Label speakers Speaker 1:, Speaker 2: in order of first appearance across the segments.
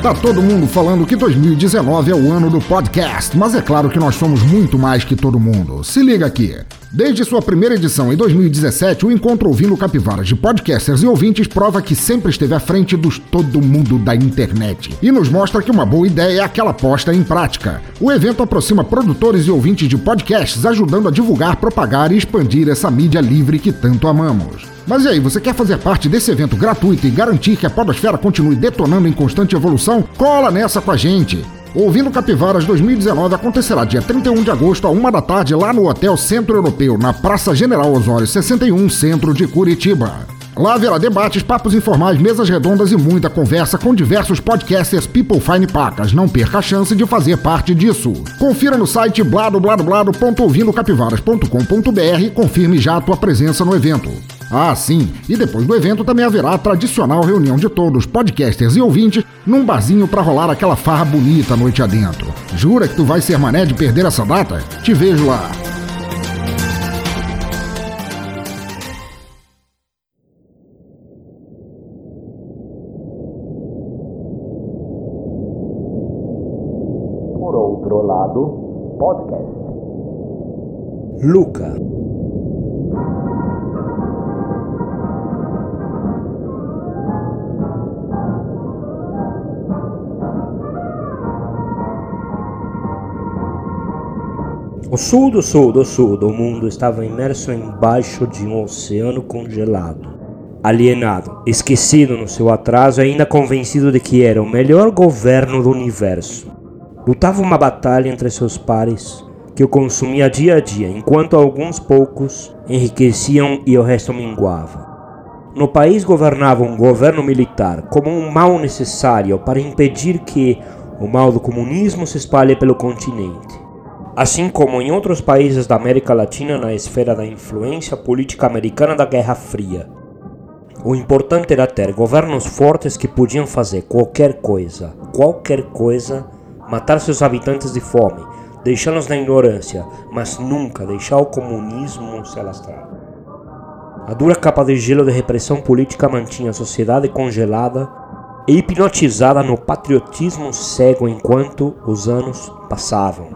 Speaker 1: Tá todo mundo falando que 2019 é o ano do podcast, mas é claro que nós somos muito mais que todo mundo. Se liga aqui. Desde sua primeira edição em 2017, o Encontro Ouvindo Capivaras de podcasters e ouvintes prova que sempre esteve à frente dos todo mundo da internet. E nos mostra que uma boa ideia é aquela posta em prática. O evento aproxima produtores e ouvintes de podcasts, ajudando a divulgar, propagar e expandir essa mídia livre que tanto amamos. Mas e aí, você quer fazer parte desse evento gratuito e garantir que a podosfera continue detonando em constante evolução? Cola nessa com a gente! Ouvindo Capivaras 2019 acontecerá dia 31 de agosto, à 1 da tarde, lá no Hotel Centro Europeu, na Praça General Osório 61, centro de Curitiba. Lá haverá debates, papos informais, mesas redondas e muita conversa com diversos podcasters people fine pacas. Não perca a chance de fazer parte disso. Confira no site bladobladoblado.ouvindocapivaras.com.br e confirme já a tua presença no evento. Ah, sim, e depois do evento também haverá a tradicional reunião de todos, podcasters e ouvintes, num barzinho pra rolar aquela farra bonita noite adentro. Jura que tu vai ser mané de perder essa data? Te vejo lá!
Speaker 2: Por outro lado, podcast.
Speaker 3: Luca. O sul do mundo estava imerso embaixo de um oceano congelado. Alienado, esquecido no seu atraso e ainda convencido de que era o melhor governo do universo. Lutava uma batalha entre seus pares que o consumia dia a dia, enquanto alguns poucos enriqueciam e o resto minguava. No país governava um governo militar como um mal necessário para impedir que o mal do comunismo se espalhe pelo continente. Assim como em outros países da América Latina na esfera da influência política americana da Guerra Fria. O importante era ter governos fortes que podiam fazer qualquer coisa, matar seus habitantes de fome, deixá-los na ignorância, mas nunca deixar o comunismo se alastrar. A dura capa de gelo de repressão política mantinha a sociedade congelada e hipnotizada no patriotismo cego enquanto os anos passavam.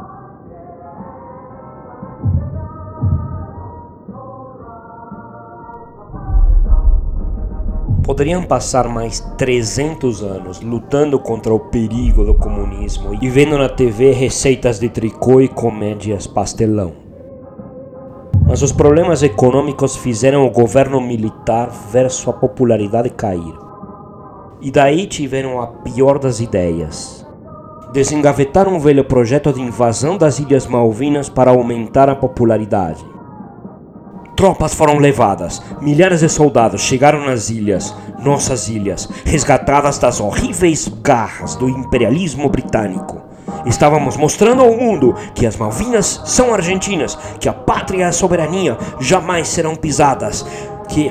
Speaker 3: Poderiam passar mais 300 anos lutando contra o perigo do comunismo e vendo na TV receitas de tricô e comédias pastelão. Mas os problemas econômicos fizeram o governo militar ver sua popularidade cair. E daí tiveram a pior das ideias. Desengavetar um velho projeto de invasão das Ilhas Malvinas para aumentar a popularidade. Tropas foram levadas, milhares de soldados chegaram nas ilhas, nossas ilhas, resgatadas das horríveis garras do imperialismo britânico. Estávamos mostrando ao mundo que as Malvinas são argentinas, que a pátria e a soberania jamais serão pisadas, que...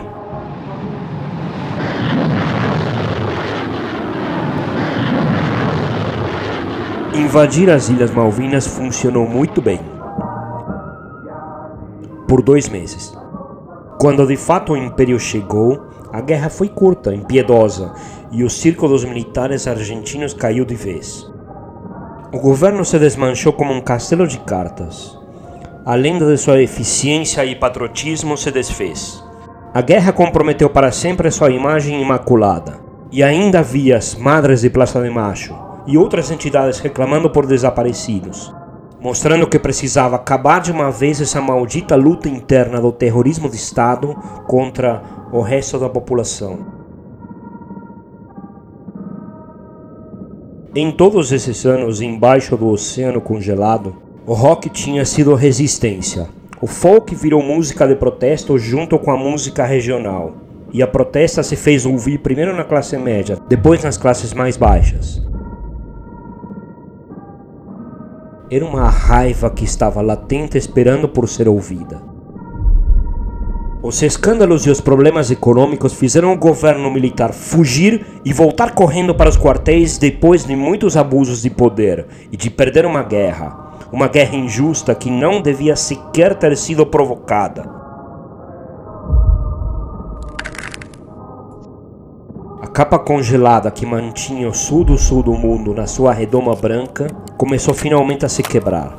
Speaker 3: Invadir as Ilhas Malvinas funcionou muito bem. Por 2 meses. Quando de fato o Império chegou, a guerra foi curta, impiedosa, e o circo dos militares argentinos caiu de vez. O governo se desmanchou como um castelo de cartas. A lenda de sua eficiência e patriotismo se desfez. A guerra comprometeu para sempre sua imagem imaculada, e ainda havia as Madres de Plaza de Mayo e outras entidades reclamando por desaparecidos, mostrando que precisava acabar de uma vez essa maldita luta interna do terrorismo de Estado contra o resto da população. Em todos esses anos embaixo do oceano congelado, o rock tinha sido resistência. O folk virou música de protesto junto com a música regional, e a protesta se fez ouvir primeiro na classe média, depois nas classes mais baixas. Era uma raiva que estava latente esperando por ser ouvida. Os escândalos e os problemas econômicos fizeram o governo militar fugir e voltar correndo para os quartéis depois de muitos abusos de poder e de perder uma guerra injusta que não devia sequer ter sido provocada. A capa congelada que mantinha o sul do mundo na sua redoma branca começou finalmente a se quebrar.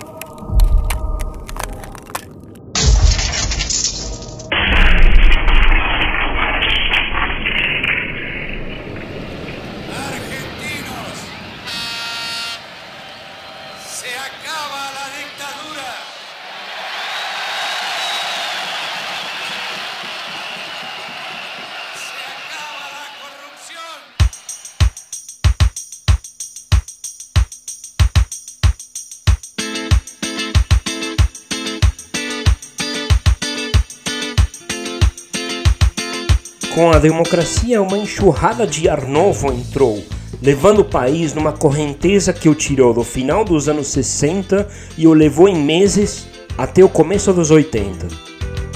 Speaker 3: Com a democracia, uma enxurrada de ar novo entrou, levando o país numa correnteza que o tirou do final dos anos 60 e o levou em meses até o começo dos 80.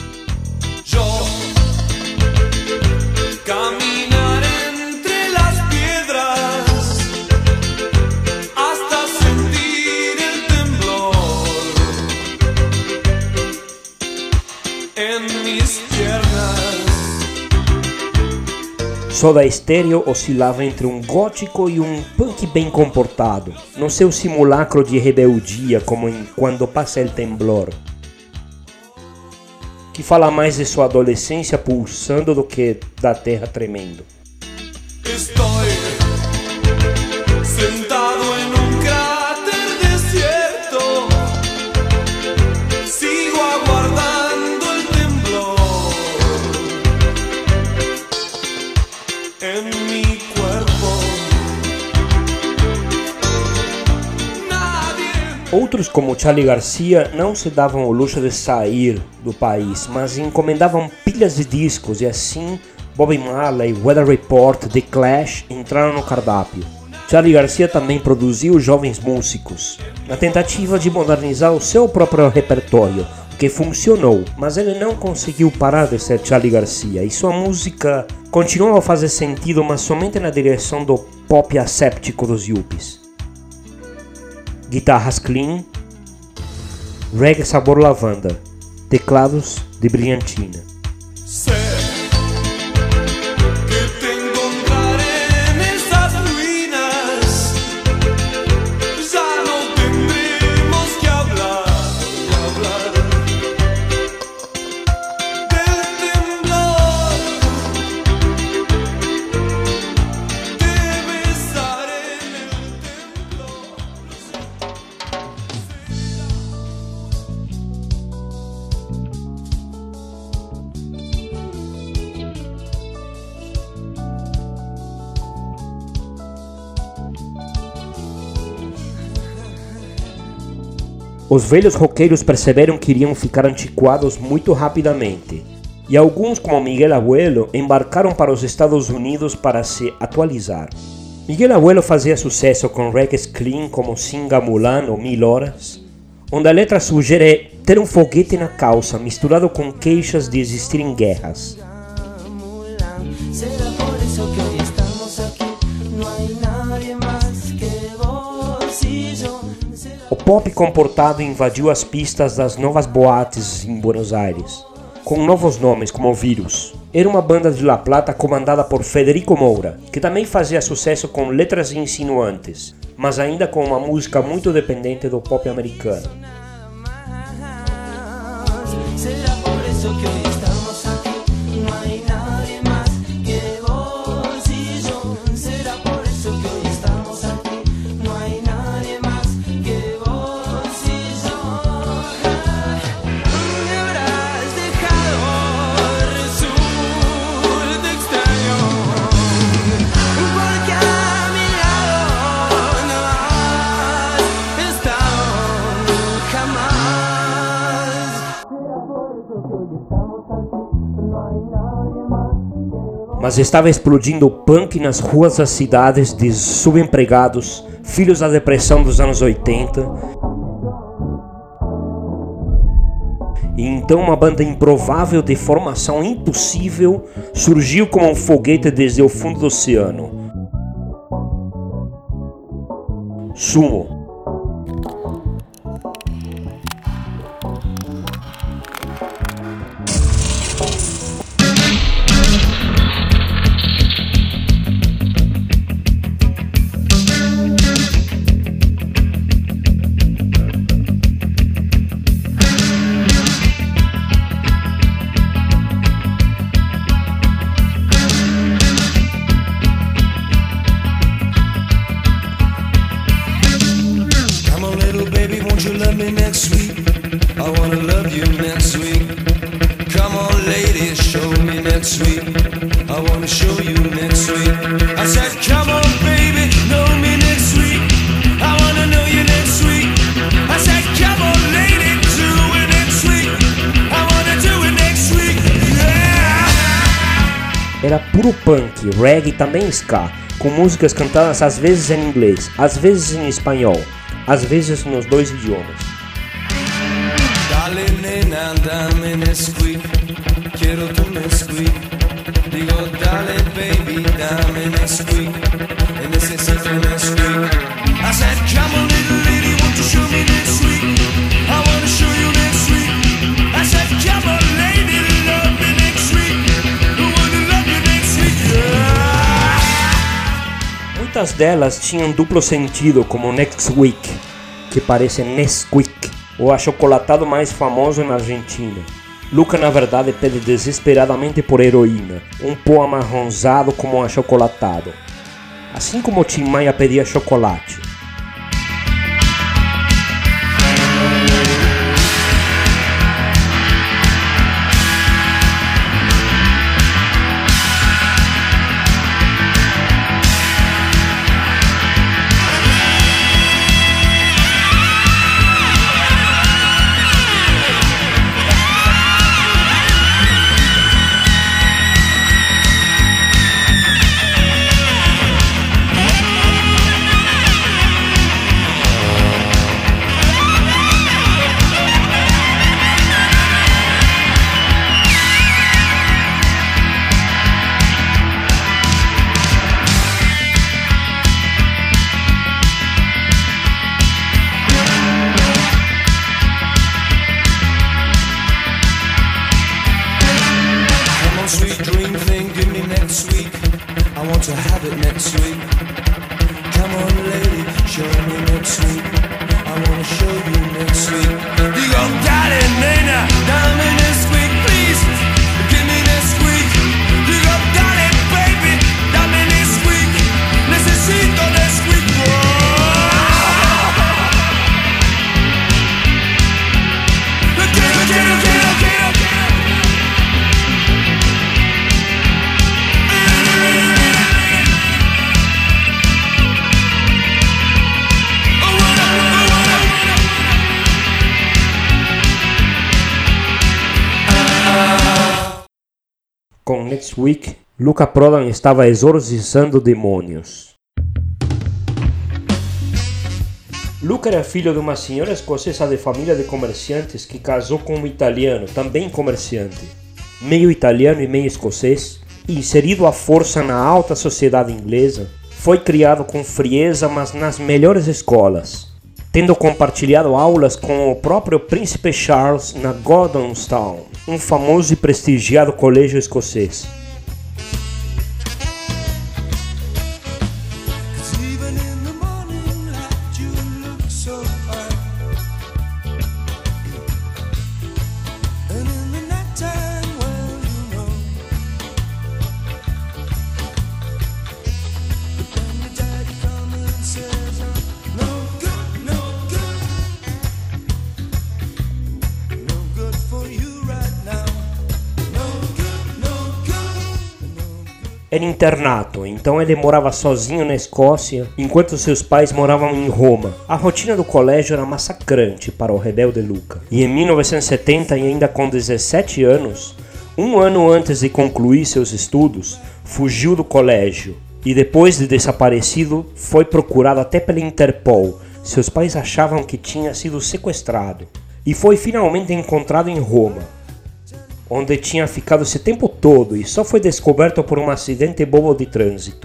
Speaker 3: Soda Stereo oscilava entre um gótico e um punk bem comportado, no seu simulacro de rebeldia como em Quando Passa el Temblor, que fala mais de sua adolescência pulsando do que da terra tremendo.
Speaker 4: Estoy sentado en un cráter desierto, sigo aguardando el temblor en mi cuerpo.
Speaker 3: Outros como Charly Garcia não se davam o luxo de sair do país, mas encomendavam pilhas de discos e assim Bob Marley, Weather Report, The Clash entraram no cardápio. Charly Garcia também produziu jovens músicos, na tentativa de modernizar o seu próprio repertório, o que funcionou, mas ele não conseguiu parar de ser Charly Garcia e sua música continuou a fazer sentido, mas somente na direção do pop asséptico dos yuppies. Guitarras clean, reggae sabor lavanda, teclados de brilhantina. Os velhos roqueiros perceberam que iriam ficar antiquados muito rapidamente, e alguns, como Miguel Abuelo, embarcaram para os Estados Unidos para se atualizar. Miguel Abuelo fazia sucesso com reggae clean como Singa Mulan ou 1000 Horas, onde a letra sugere ter um foguete na calça misturado com queixas de existirem guerras. O pop comportado invadiu as pistas das novas boates em Buenos Aires, com novos nomes como Vírus. Era uma banda de La Plata comandada por Federico Moura, que também fazia sucesso com letras insinuantes, mas ainda com uma música muito dependente do pop americano. Mas estava explodindo o punk nas ruas das cidades de subempregados, filhos da depressão dos anos 80. E então uma banda improvável de formação impossível surgiu como um foguete desde o fundo do oceano. Sumo.
Speaker 4: on, lady, show me next week. I wanna show you next week. I said, come on, baby, know me next week. I wanna know you next week. I said, come on, lady, do it next week. I wanna do it next week. Yeah!
Speaker 3: Era puro punk, reggae e também ska, com músicas cantadas às vezes em inglês, às vezes em espanhol, às vezes nos dois idiomas.
Speaker 4: Dale, nena, dame Nesquik, quiero tu Nesquik. Digo, dale, baby, dame Nesquik, necesito Nesquik. I said, come on, little lady, won't you show me Nesquik? I wanna show you Nesquik. I said, come on, lady, love me Nesquik. I wanna love you Nesquik, yeah.
Speaker 3: Muitas delas tinham duplo sentido, como Next Week, que parece Nesquik, o achocolatado mais famoso na Argentina. Luca na verdade pede desesperadamente por heroína, um pó amarronzado como achocolatado, assim como Tim Maia pedia chocolate.
Speaker 4: Sweet dream thing, give me next week. I want to have it next week. Come on, lady, show me next week. I wanna show you next week. Digo, dale, nena, dame next week, please. Give me next week. Digo, dale, baby, dame next week. Necesito next week.
Speaker 3: Com Next Week, Luca Prodan estava exorcizando demônios. Luca era filho de uma senhora escocesa de família de comerciantes que casou com um italiano, também comerciante. Meio italiano e meio escocês, inserido à força na alta sociedade inglesa, foi criado com frieza, mas nas melhores escolas, tendo compartilhado aulas com o próprio Príncipe Charles na Gordonstown, um famoso e prestigiado colégio escocês. Era internato, então ele morava sozinho na Escócia, enquanto seus pais moravam em Roma. A rotina do colégio era massacrante para o rebelde Luca. E em 1970, e ainda com 17 anos, um ano antes de concluir seus estudos, fugiu do colégio. E depois de desaparecido, foi procurado até pela Interpol. Seus pais achavam que tinha sido sequestrado. E foi finalmente encontrado em Roma, onde tinha ficado esse tempo todo e só foi descoberto por um acidente bobo de trânsito.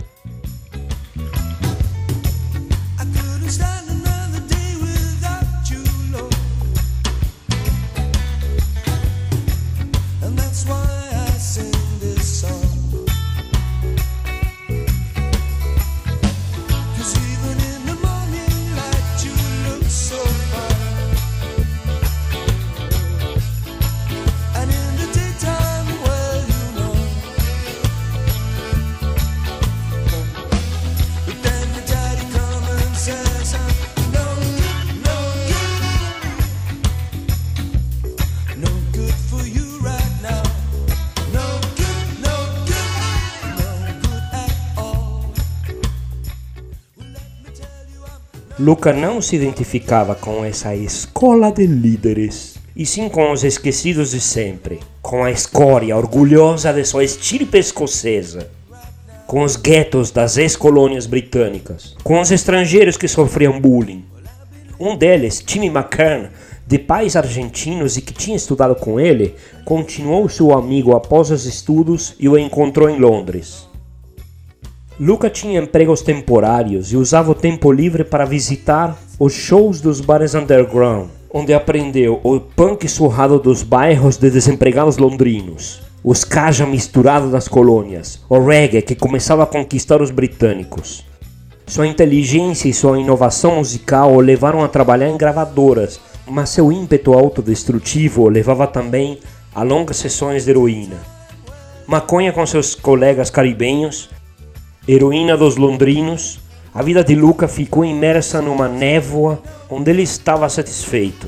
Speaker 3: Luca não se identificava com essa escola de líderes, e sim com os esquecidos de sempre, com a escória orgulhosa de sua estirpe escocesa, com os guetos das ex-colônias britânicas, com os estrangeiros que sofriam bullying. Um deles, Timmy McKern, de pais argentinos e que tinha estudado com ele, continuou seu amigo após os estudos e o encontrou em Londres. Luca tinha empregos temporários e usava o tempo livre para visitar os shows dos bares underground, onde aprendeu o punk surrado dos bairros de desempregados londrinos, o ska misturado das colônias, o reggae que começava a conquistar os britânicos. Sua inteligência e sua inovação musical o levaram a trabalhar em gravadoras, mas seu ímpeto autodestrutivo o levava também a longas sessões de heroína. Maconha com seus colegas caribenhos, heroína dos londrinos, a vida de Luca ficou imersa numa névoa onde ele estava satisfeito.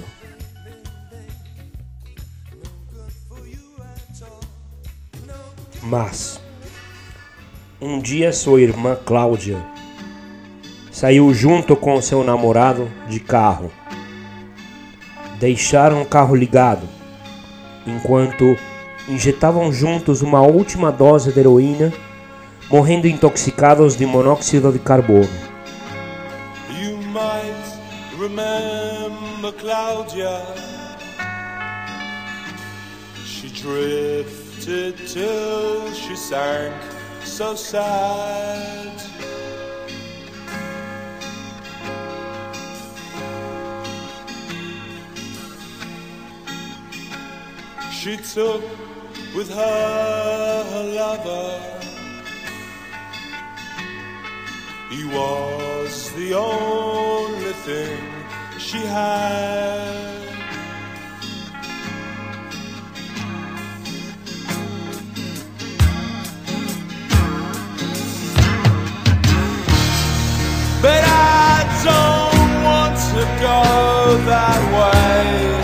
Speaker 3: Mas, um dia sua irmã Cláudia saiu junto com seu namorado de carro. Deixaram o carro ligado, enquanto injetavam juntos uma última dose de heroína, morrendo intoxicados de monóxido de carbono.
Speaker 4: You might remember Claudia. She drifted till she sank so sad. She took with her lover. He was the only thing she had. But I don't want to go that way.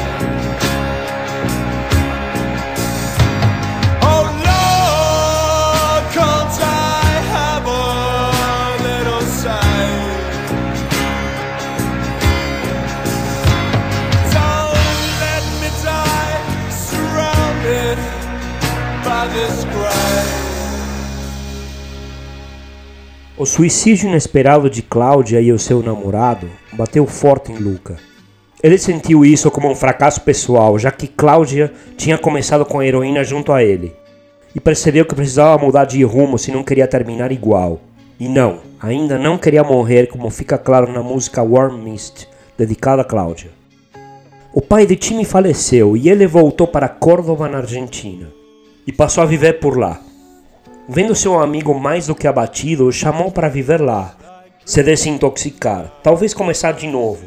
Speaker 3: O suicídio inesperado de Cláudia e o seu namorado bateu forte em Luca. Ele sentiu isso como um fracasso pessoal, já que Cláudia tinha começado com a heroína junto a ele, e percebeu que precisava mudar de rumo se não queria terminar igual. E não, ainda não queria morrer, como fica claro na música Warm Mist, dedicada a Cláudia. O pai de Timmy faleceu e ele voltou para Córdoba, na Argentina, e passou a viver por lá. Vendo seu amigo mais do que abatido, o chamou para viver lá, se desintoxicar, talvez começar de novo.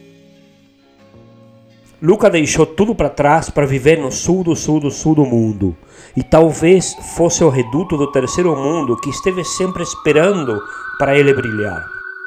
Speaker 3: Luca deixou tudo para trás para viver no sul do mundo, e talvez fosse o reduto do terceiro mundo que esteve sempre esperando para ele brilhar.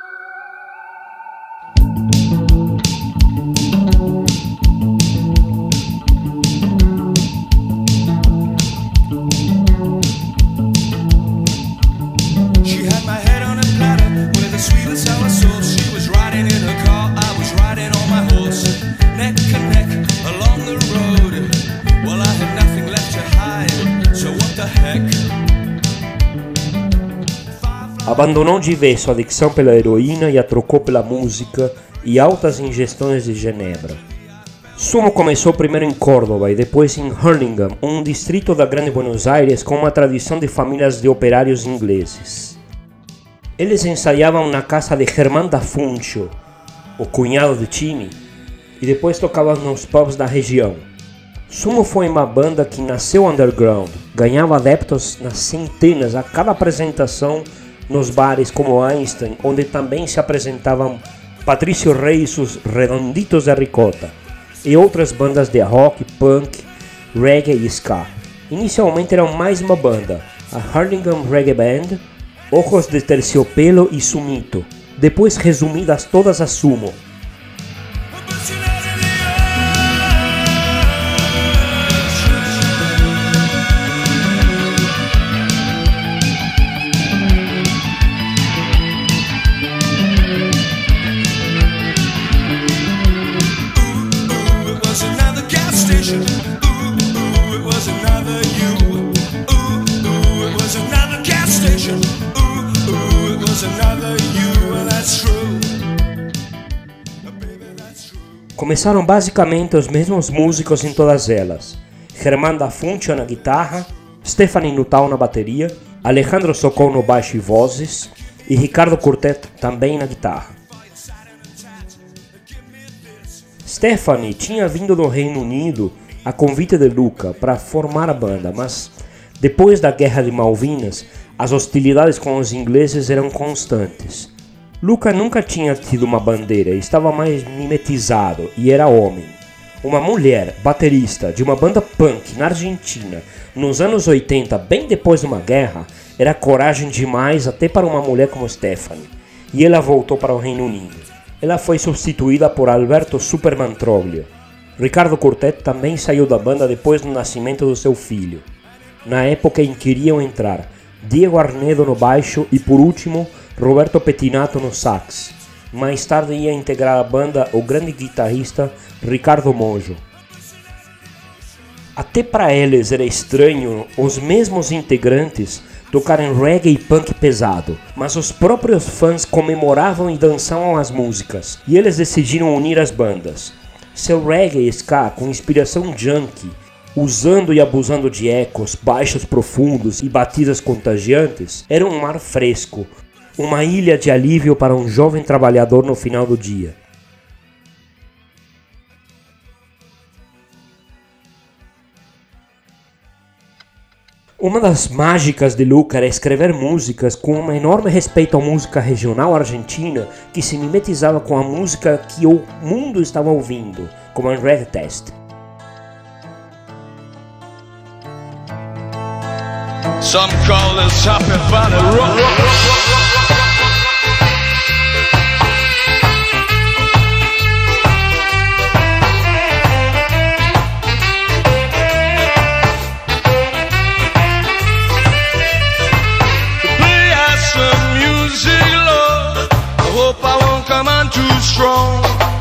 Speaker 3: Abandonou de vez sua adicção pela heroína e a trocou pela música e altas ingestões de genebra. Sumo começou primeiro em Córdoba e depois em Hurlingham, um distrito da Grande Buenos Aires com uma tradição de famílias de operários ingleses. Eles ensaiavam na casa de Germán da Funcho, o cunhado de Timmy, e depois tocavam nos pubs da região. Sumo foi uma banda que nasceu underground, ganhava adeptos nas centenas a cada apresentação nos bares como Einstein, onde também se apresentavam Patrício Rey e seus Redonditos de Ricota, e outras bandas de rock, punk, reggae e ska. Inicialmente eram mais uma banda, a Hurlingham Reggae Band, Ojos de Terciopelo e Sumito, depois resumidas todas a Sumo. Começaram basicamente os mesmos músicos em todas elas. Germán da Funchal na guitarra, Stephanie Nuttall na bateria, Alejandro Sokol no baixo e vozes e Ricardo Curtet também na guitarra. Stephanie tinha vindo do Reino Unido a convite de Luca para formar a banda, mas depois da Guerra de Malvinas, as hostilidades com os ingleses eram constantes. Luca nunca tinha tido uma bandeira, estava mais mimetizado e era homem. Uma mulher baterista de uma banda punk na Argentina, nos anos 80, bem depois de uma guerra, era coragem demais até para uma mulher como Stephanie, e ela voltou para o Reino Unido. Ela foi substituída por Alberto Superman Troglio. Ricardo Curtet também saiu da banda depois do nascimento do seu filho, na época em que iriam entrar Diego Arnedo no baixo e, por último, Roberto Pettinato no sax. Mais tarde ia integrar a banda o grande guitarrista Ricardo Mojo. Até para eles era estranho os mesmos integrantes tocarem reggae e punk pesado, mas os próprios fãs comemoravam e dançavam as músicas, e eles decidiram unir as bandas. Seu reggae e ska com inspiração junkie, usando e abusando de ecos, baixos profundos e batidas contagiantes, era um mar fresco, uma ilha de alívio para um jovem trabalhador no final do dia. Uma das mágicas de Luca era escrever músicas com um enorme respeito à música regional argentina que se mimetizava com a música que o mundo estava ouvindo, como em Red Test.
Speaker 4: Some call this happy funny rock. Come on too strong.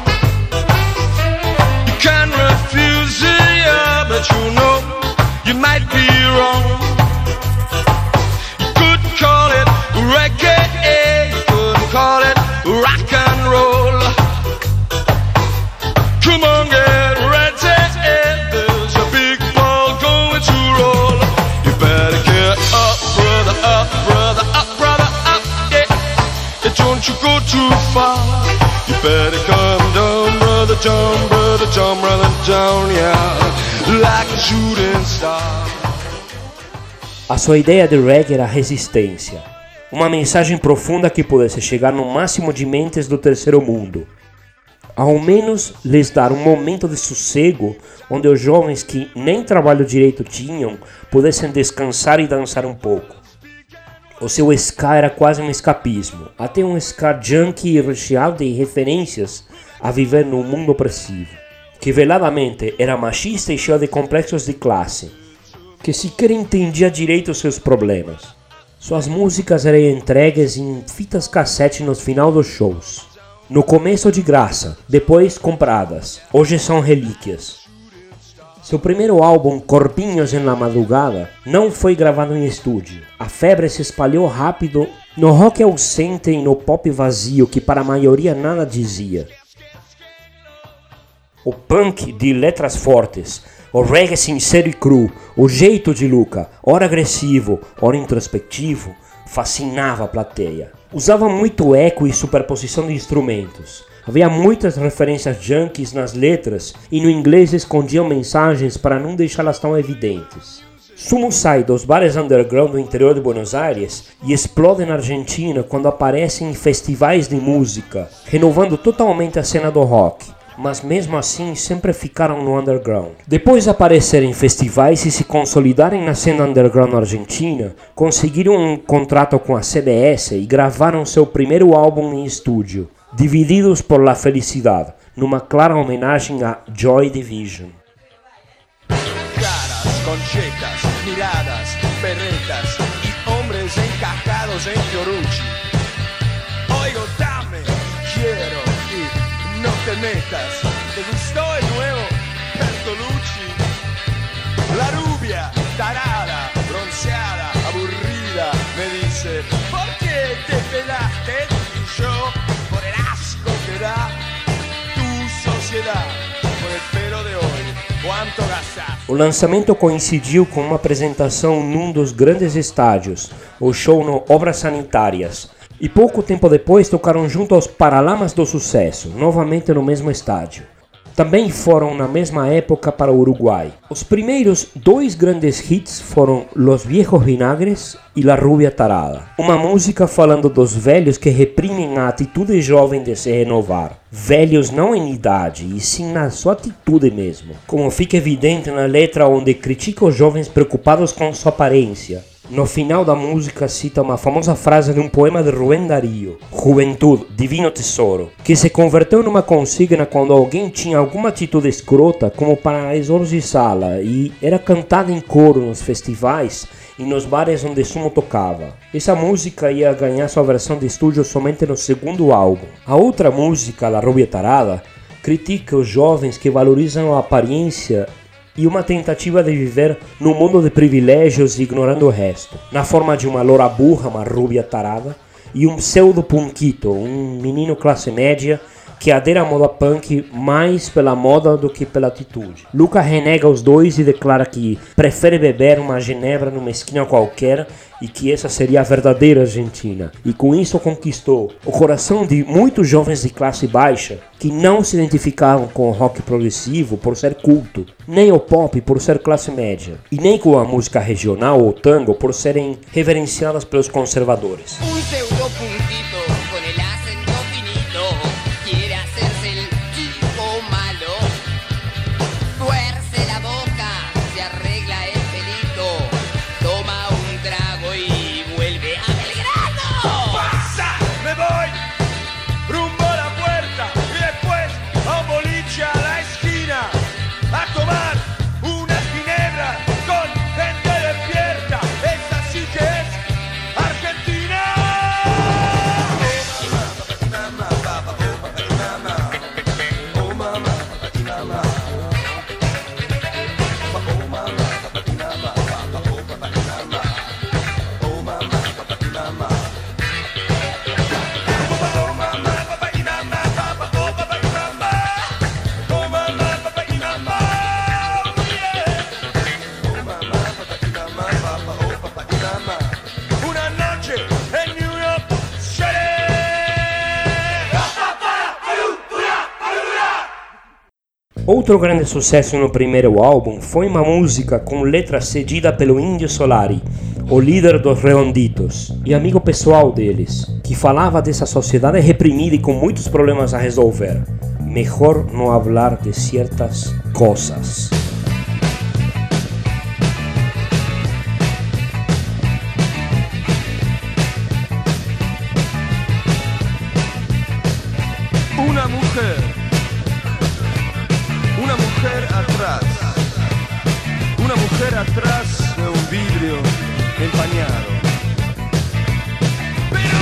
Speaker 4: You can refuse it, yeah, but you know you might be wrong. You could call it reggae, you could call it rock and roll. Come on, get ready, there's a big ball going to roll. You better get up, brother, up, brother, up, brother, up, yeah. Don't you go too far. You better come down, brother, down, yeah, like a shooting star.
Speaker 3: A sua ideia de reggae era resistência, uma mensagem profunda que pudesse chegar no máximo de mentes do terceiro mundo. Ao menos lhes dar um momento de sossego onde os jovens que nem trabalho direito tinham pudessem descansar e dançar um pouco. O seu ska era quase um escapismo, até um ska junkie recheado de referências a viver num mundo opressivo, que veladamente era machista e cheio de complexos de classe, que sequer entendia direito os seus problemas. Suas músicas eram entregues em fitas cassete no final dos shows. No começo de graça, depois compradas, hoje são relíquias. Seu primeiro álbum, Corpinhos en la Madrugada, não foi gravado em estúdio. A febre se espalhou rápido no rock ausente e no pop vazio que para a maioria nada dizia. O punk de letras fortes, o reggae sincero e cru, o jeito de Luca, ora agressivo, ora introspectivo, fascinava a plateia. Usava muito eco e superposição de instrumentos. Havia muitas referências junkies nas letras e no inglês escondiam mensagens para não deixá-las tão evidentes. Sumo sai dos bares underground do interior de Buenos Aires e explode na Argentina quando aparece em festivais de música, renovando totalmente a cena do rock, mas mesmo assim sempre ficaram no underground. Depois de aparecerem em festivais e se consolidarem na cena underground na Argentina, conseguiram um contrato com a CBS e gravaram seu primeiro álbum em estúdio, Divididos por la Felicidad, numa clara homenagem a Joy Division.
Speaker 5: Caras con checas, miradas, berretas y hombres encajados en Fiorucci. Oigo, dame, quiero y no te metas. ¿Te gustó el nuevo Bertolucci? La rubia, tarada, bronceada, aburrida, me dice, ¿por qué te pelaste? Y yo, por el asco que da tu sociedad.
Speaker 3: O lançamento coincidiu com uma apresentação num dos grandes estádios, o show no Obras Sanitárias, e pouco tempo depois tocaram junto aos Paralamas do Sucesso, novamente no mesmo estádio. Também foram na mesma época para o Uruguai. Os primeiros 2 grandes hits foram Los Viejos Vinagres e La Rubia Tarada, uma música falando dos velhos que reprimem a atitude jovem de se renovar. Velhos não em idade, e sim na sua atitude mesmo, como fica evidente na letra onde critica os jovens preocupados com sua aparência. No final da música cita uma famosa frase de um poema de Rubén Darío, Juventude, Divino Tesouro, que se converteu numa consigna quando alguém tinha alguma atitude escrota como para exorcizá-la e era cantada em coro nos festivais e nos bares onde Sumo tocava. Essa música ia ganhar sua versão de estúdio somente no segundo álbum. A outra música, La Rubia Tarada, critica os jovens que valorizam a aparência e uma tentativa de viver num mundo de privilégios ignorando o resto, na forma de uma loura burra, uma rubia tarada, e um pseudo-punkito, um menino classe média que adera à moda punk mais pela moda do que pela atitude. Luca renega os dois e declara que prefere beber uma genebra numa esquina qualquer e que essa seria a verdadeira Argentina. E com isso conquistou o coração de muitos jovens de classe baixa que não se identificavam com o rock progressivo por ser culto, nem o pop por ser classe média, e nem com a música regional ou tango por serem reverenciadas pelos conservadores. Outro grande sucesso no primeiro álbum foi uma música com letra cedida pelo Índio Solari, o líder dos Redonditos e amigo pessoal deles, que falava dessa sociedade reprimida e com muitos problemas a resolver. Mejor no hablar de ciertas cosas.
Speaker 5: Una mujer atrás de un vidrio empañado. Pero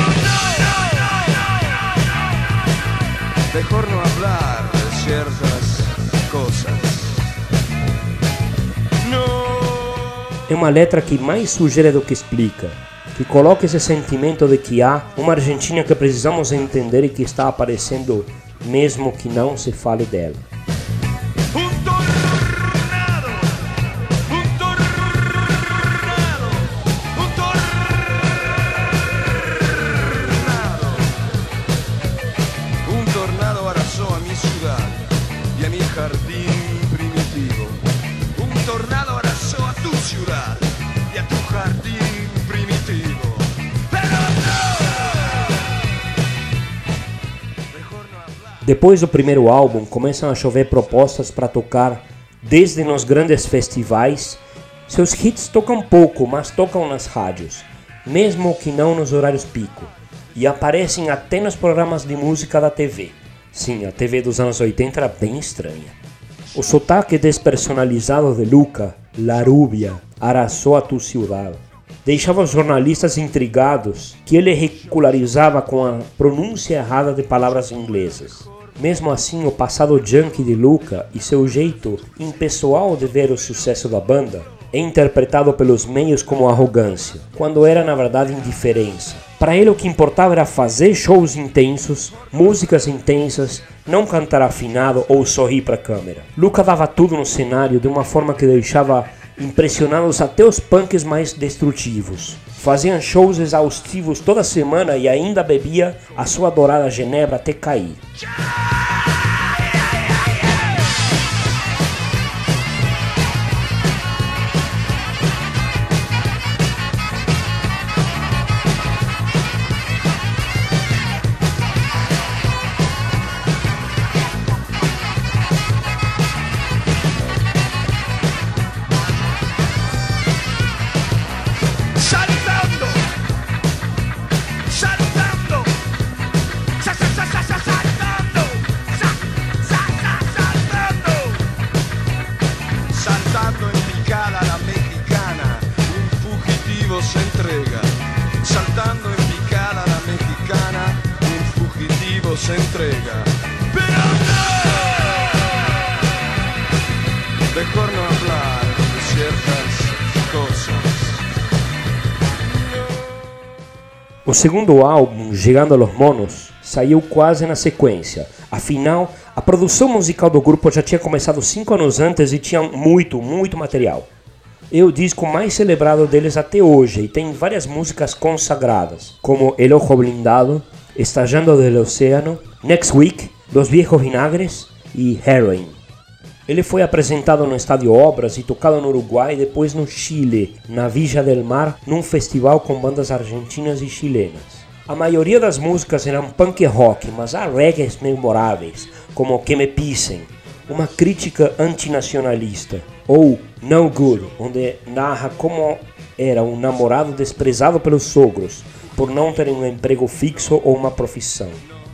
Speaker 5: no. Mejor no hablar de ciertas cosas.
Speaker 3: É uma letra que mais sugere do que explica, que coloca esse sentimento de que há uma Argentina que precisamos entender e que está aparecendo mesmo que não se fale dela. Depois do primeiro álbum, começam a chover propostas para tocar desde nos grandes festivais. Seus hits tocam pouco, mas tocam nas rádios, mesmo que não nos horários pico, e aparecem até nos programas de música da TV. Sim, a TV dos anos 80 era bem estranha. O sotaque despersonalizado de Luca, La Rubia, arrasou a tu ciudad. Deixava os jornalistas intrigados que ele ridicularizava com a pronúncia errada de palavras inglesas. Mesmo assim, o passado junkie de Luca e seu jeito impessoal de ver o sucesso da banda é interpretado pelos meios como arrogância, quando era na verdade indiferença. Para ele o que importava era fazer shows intensos, músicas intensas, não cantar afinado ou sorrir para a câmera. Luca dava tudo no cenário de uma forma que deixava impressionados até os punks mais destrutivos. Faziam shows exaustivos toda semana e ainda bebia a sua adorada genebra até cair.
Speaker 5: Se entrega, pero no, mejor no hablar de ciertas cosas.
Speaker 3: O segundo álbum, Llegando a los Monos, saiu quase na sequência. Afinal, a produção musical do grupo já tinha começado 5 anos antes e tinha muito material. É o disco mais celebrado deles até hoje e tem várias músicas consagradas, como El Ojo Blindado, Estallando del Océano, Next Week, Los Viejos Vinagres e Heroin. Ele foi apresentado no Estádio Obras e tocado no Uruguai e depois no Chile, na Villa del Mar, num festival com bandas argentinas e chilenas. A maioria das músicas eram punk rock, mas há reggaes memoráveis, como Que Me Pisen, uma crítica antinacionalista, ou No Good, onde narra como era um namorado desprezado pelos sogros, por não ter um emprego fixo ou uma profissão.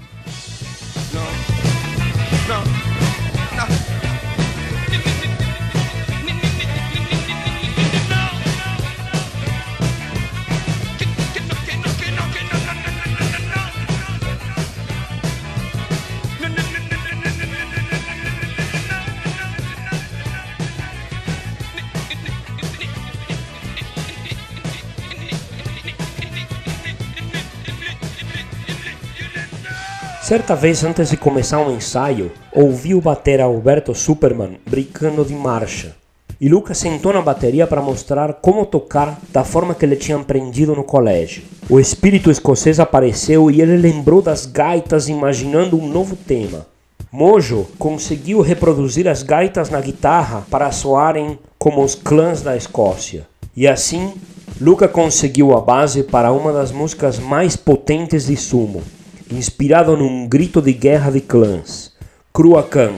Speaker 3: Certa vez, antes de começar um ensaio, ouvi o batera Alberto Superman brincando de marcha. E Lucas sentou na bateria para mostrar como tocar da forma que ele tinha aprendido no colégio. O espírito escocês apareceu e ele lembrou das gaitas imaginando um novo tema. Mojo conseguiu reproduzir as gaitas na guitarra para soarem como os clãs da Escócia. E assim, Luca conseguiu a base para uma das músicas mais potentes de Sumo, inspirado num grito de guerra de clãs, Cruacán.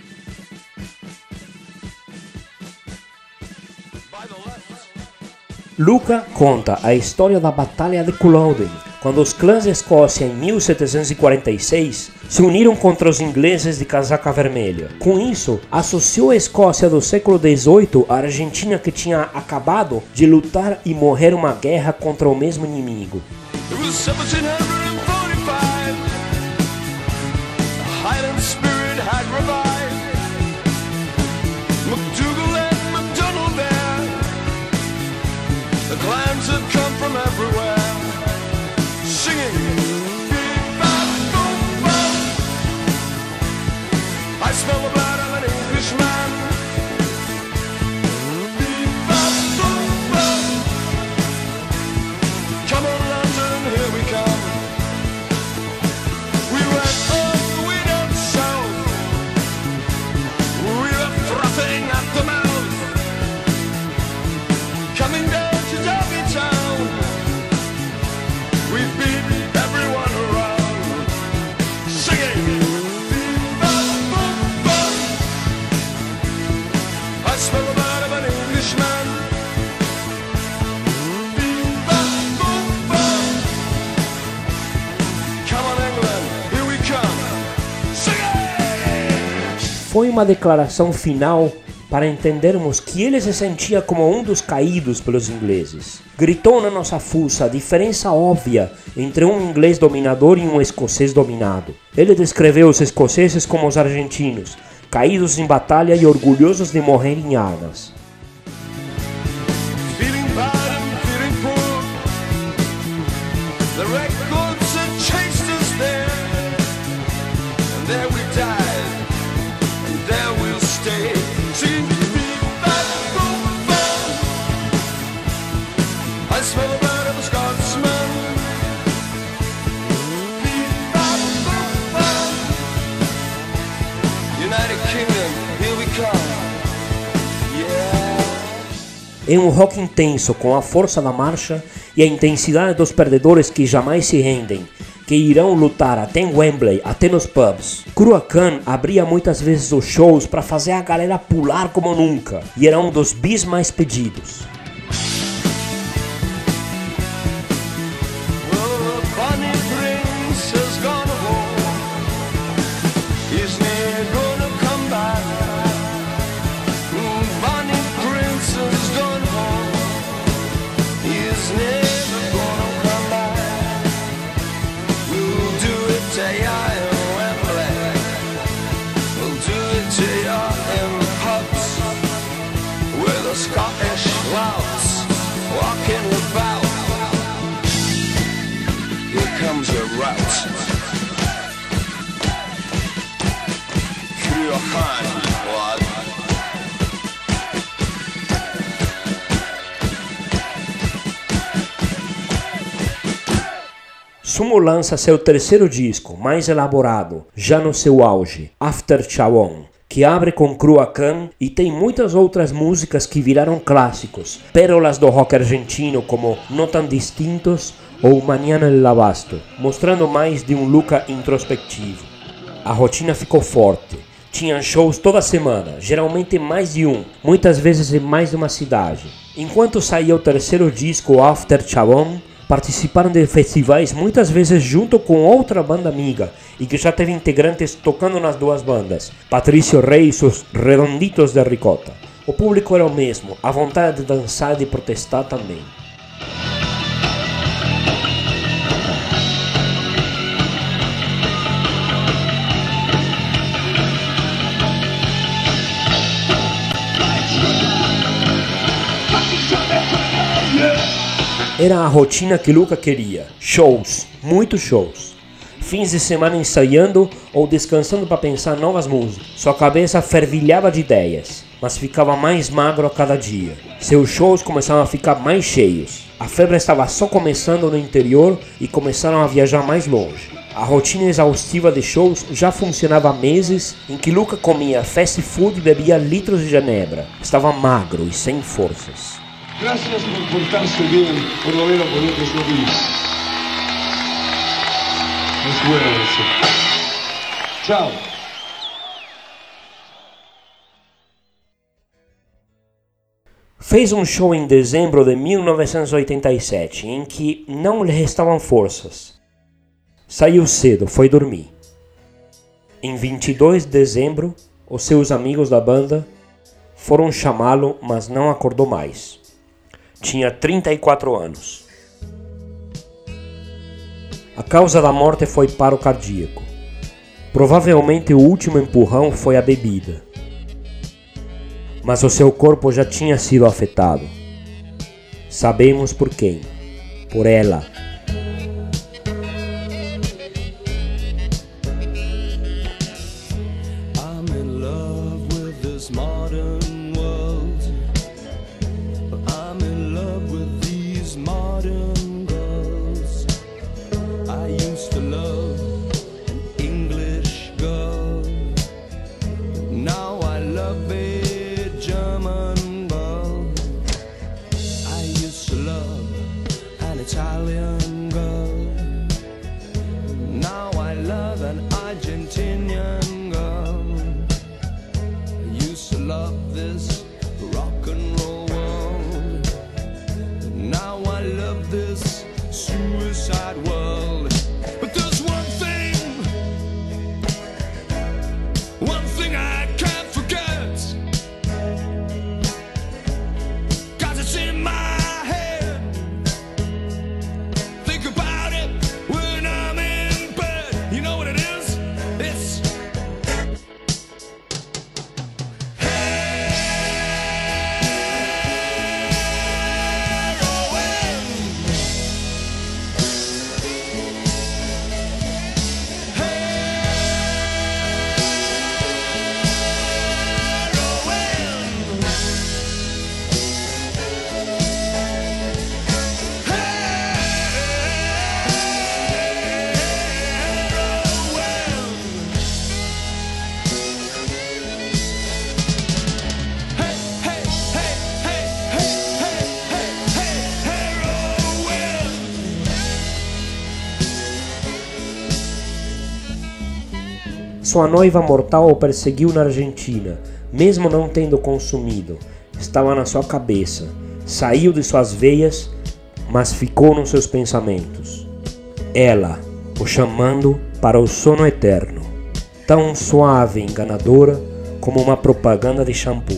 Speaker 3: Luca conta a história da Batalha de Culloden, quando os clãs da Escócia, em 1746, se uniram contra os ingleses de casaca vermelha. Com isso, associou a Escócia do século XVIII à Argentina, que tinha acabado de lutar e morrer uma guerra contra o mesmo inimigo.
Speaker 5: Highland spirit had revived. MacDougall and MacDonald there. The clans had come from everywhere, singing Viva-Boom-Bum. I smell the blood of an Englishman. Viva-Boom-Bum. Come on London, here we come. We went at the mouth, coming down to Derby Town. We beat everyone around, singing Viva-Boom-Bum. I smell the blood of an Englishman. Viva-Boom-Bum. Come on England, here we come, singing.
Speaker 3: Foi uma declaração final para entendermos que ele se sentia como um dos caídos pelos ingleses. Gritou na nossa fuça a diferença óbvia entre um inglês dominador e um escocês dominado. Ele descreveu os escoceses como os argentinos, caídos em batalha e orgulhosos de morrer em armas.
Speaker 5: records that chased us there. And there we died, and there we'll stay. See, I smell the blood of a Scotsman. United Kingdom, here we come. Yeah.
Speaker 3: É um rock intenso com a força da marcha e a intensidade dos perdedores que jamais se rendem, que irão lutar até em Wembley, até nos pubs. Krua Kan abria muitas vezes os shows para fazer a galera pular como nunca e era um dos bis mais pedidos.
Speaker 5: Scottish louts walking about. Here comes a rout. Krua Kan, what?
Speaker 3: Sumo lança seu terceiro disco, mais elaborado, já no seu auge, After Chawon, que abre com Krua Kan e tem muitas outras músicas que viraram clássicos, pérolas do rock argentino como No Tan Distintos ou Mañana el Abasto, mostrando mais de um Luca introspectivo. A rotina ficou forte, tinham shows toda semana, geralmente mais de um, muitas vezes em mais de uma cidade. Enquanto saía o terceiro disco After Chawon, participaram de festivais muitas vezes junto com outra banda amiga e que já teve integrantes tocando nas duas bandas, Patricio Rey e seus Redonditos de Ricota. O público era o mesmo, a vontade de dançar e de protestar também. Era a rotina que Luca queria, shows, muitos shows. Fins de semana ensaiando ou descansando para pensar novas músicas. Sua cabeça fervilhava de ideias, mas ficava mais magro a cada dia. Seus shows começavam a ficar mais cheios. A febre estava só começando no interior e começaram a viajar mais longe. A rotina exaustiva de shows já funcionava há meses, em que Luca comia fast food e bebia litros de ginebra. Estava magro e sem forças.
Speaker 6: Gracias por portarse bien, por lo menos con otros novios. Es bueno eso. Chao.
Speaker 3: Fez um show em dezembro de 1987, em que não lhe restavam forças. Saiu cedo, foi dormir. Em 22 de dezembro, os seus amigos da banda foram chamá-lo, mas não acordou mais. Tinha 34 anos. A causa da morte foi paro cardíaco. Provavelmente o último empurrão foi a bebida. Mas o seu corpo já tinha sido afetado. Sabemos por quem. Por ela.
Speaker 4: I'm in love with this modern world. I'm in love with these modern girls. I used to love an English girl. Now I love a German girl. I used to love an Italian girl. Now I love an Argentinian girl. I used to love this rock and roll world. Now I love this suicide world. But there's one thing I can't forget. 'Cause it's in my head. Think about it when I'm in bed. You know what it is? It's heroin.
Speaker 3: Sua noiva mortal o perseguiu na Argentina, mesmo não tendo consumido. Estava na sua cabeça, saiu de suas veias, mas ficou nos seus pensamentos. Ela, o chamando para o sono eterno, tão suave e enganadora como uma propaganda de shampoo.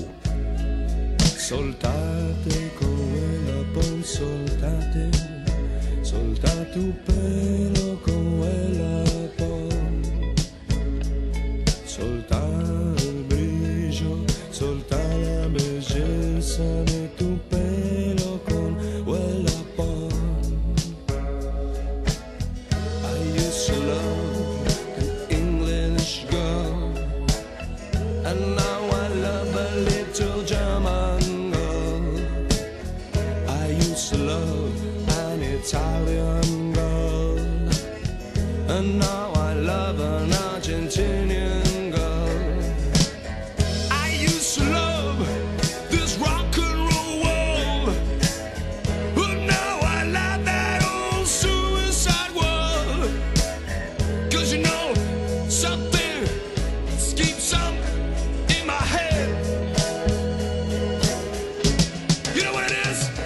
Speaker 4: Soltate quella poi soltate, soltate o pelo com ela poi, soltar il brillo, soltar la bellezza de tu pelo con ela poi. I used to love an English girl, and now I love a little German girl. I used to love an Italian girl, and now I love an Argentinian girl. I used to love this rock and roll world, but now I love that old suicide world. 'Cause you know, something keeps up in my head. You know what it is?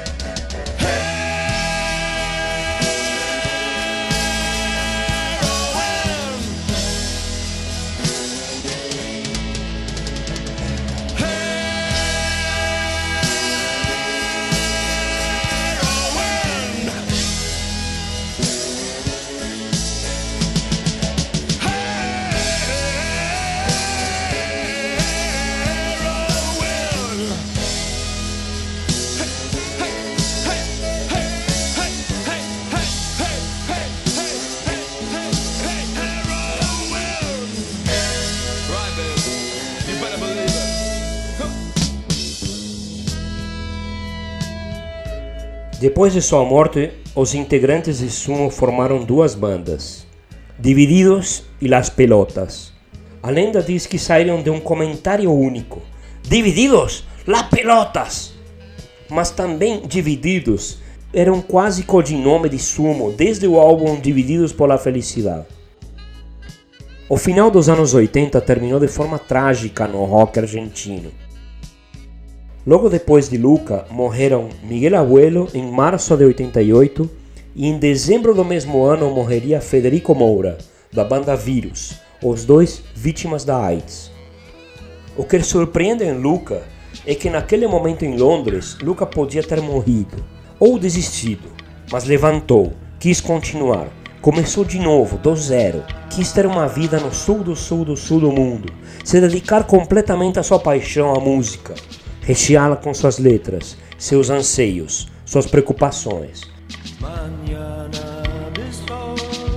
Speaker 3: Depois de sua morte, os integrantes de Sumo formaram duas bandas, Divididos e Las Pelotas. A lenda diz que saíram de um comentário único, Divididos, Las Pelotas! Mas também Divididos era um quase codinome de Sumo desde o álbum Divididos por la Felicidade. O final dos anos 80 terminou de forma trágica no rock argentino. Logo depois de Luca, morreram Miguel Abuelo em março de 88 e em dezembro do mesmo ano morreria Federico Moura, da banda Vírus, os dois vítimas da AIDS. O que surpreende em Luca é que naquele momento em Londres, Luca podia ter morrido ou desistido, mas levantou, quis continuar, começou de novo, do zero, quis ter uma vida no sul do mundo, se dedicar completamente à sua paixão, à música, recheá-la com suas letras, seus anseios, suas preocupações.
Speaker 4: Mañana de sol,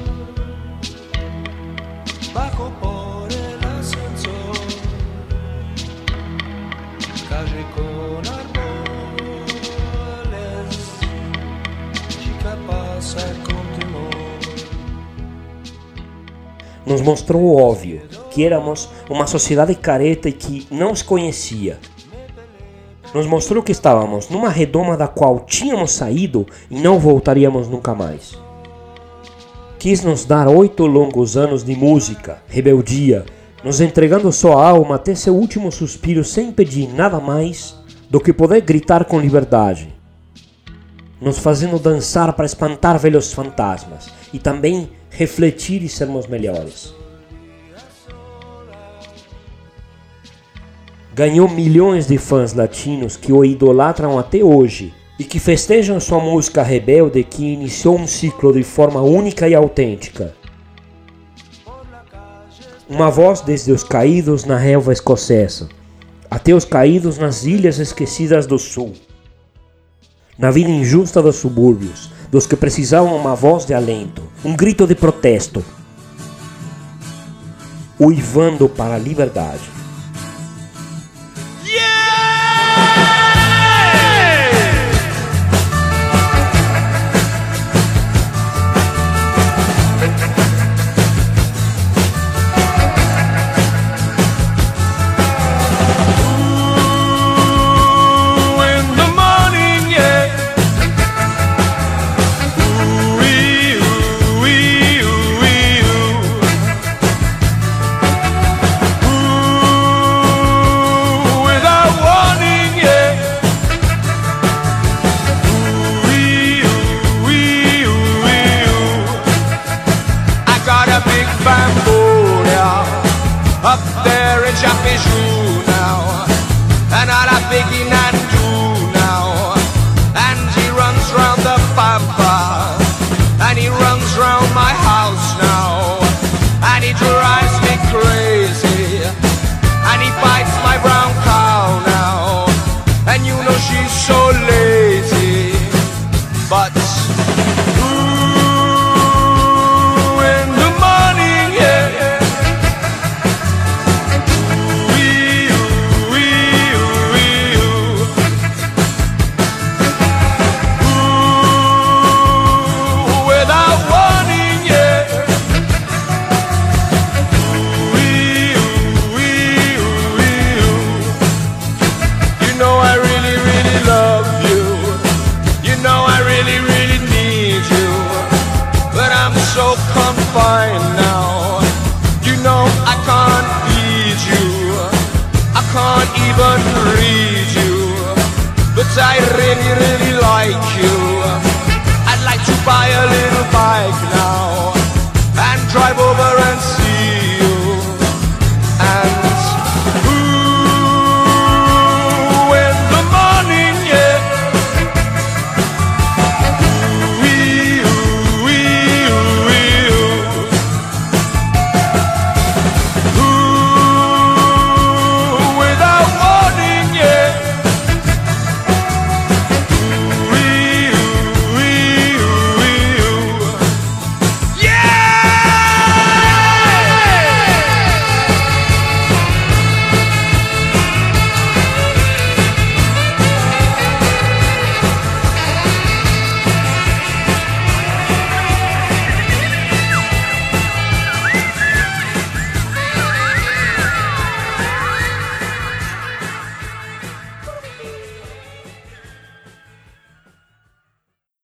Speaker 4: bajo por el ascensor, calle con árboles, chica pasa con temor.
Speaker 3: Nos mostrou o óbvio, que éramos uma sociedade careta e que não se conhecia. Nos mostrou que estávamos numa redoma da qual tínhamos saído e não voltaríamos nunca mais. Quis nos dar 8 longos anos de música, rebeldia, nos entregando sua alma até seu último suspiro sem pedir nada mais do que poder gritar com liberdade. Nos fazendo dançar para espantar velhos fantasmas e também refletir e sermos melhores. Ganhou milhões de fãs latinos que o idolatram até hoje e que festejam sua música rebelde que iniciou um ciclo de forma única e autêntica. Uma voz desde os caídos na relva escocesa até os caídos nas ilhas esquecidas do sul. Na vida injusta dos subúrbios, dos que precisavam uma voz de alento, um grito de protesto, uivando para a liberdade.
Speaker 5: fine now. You know I can't feed you, I can't even read you, but I really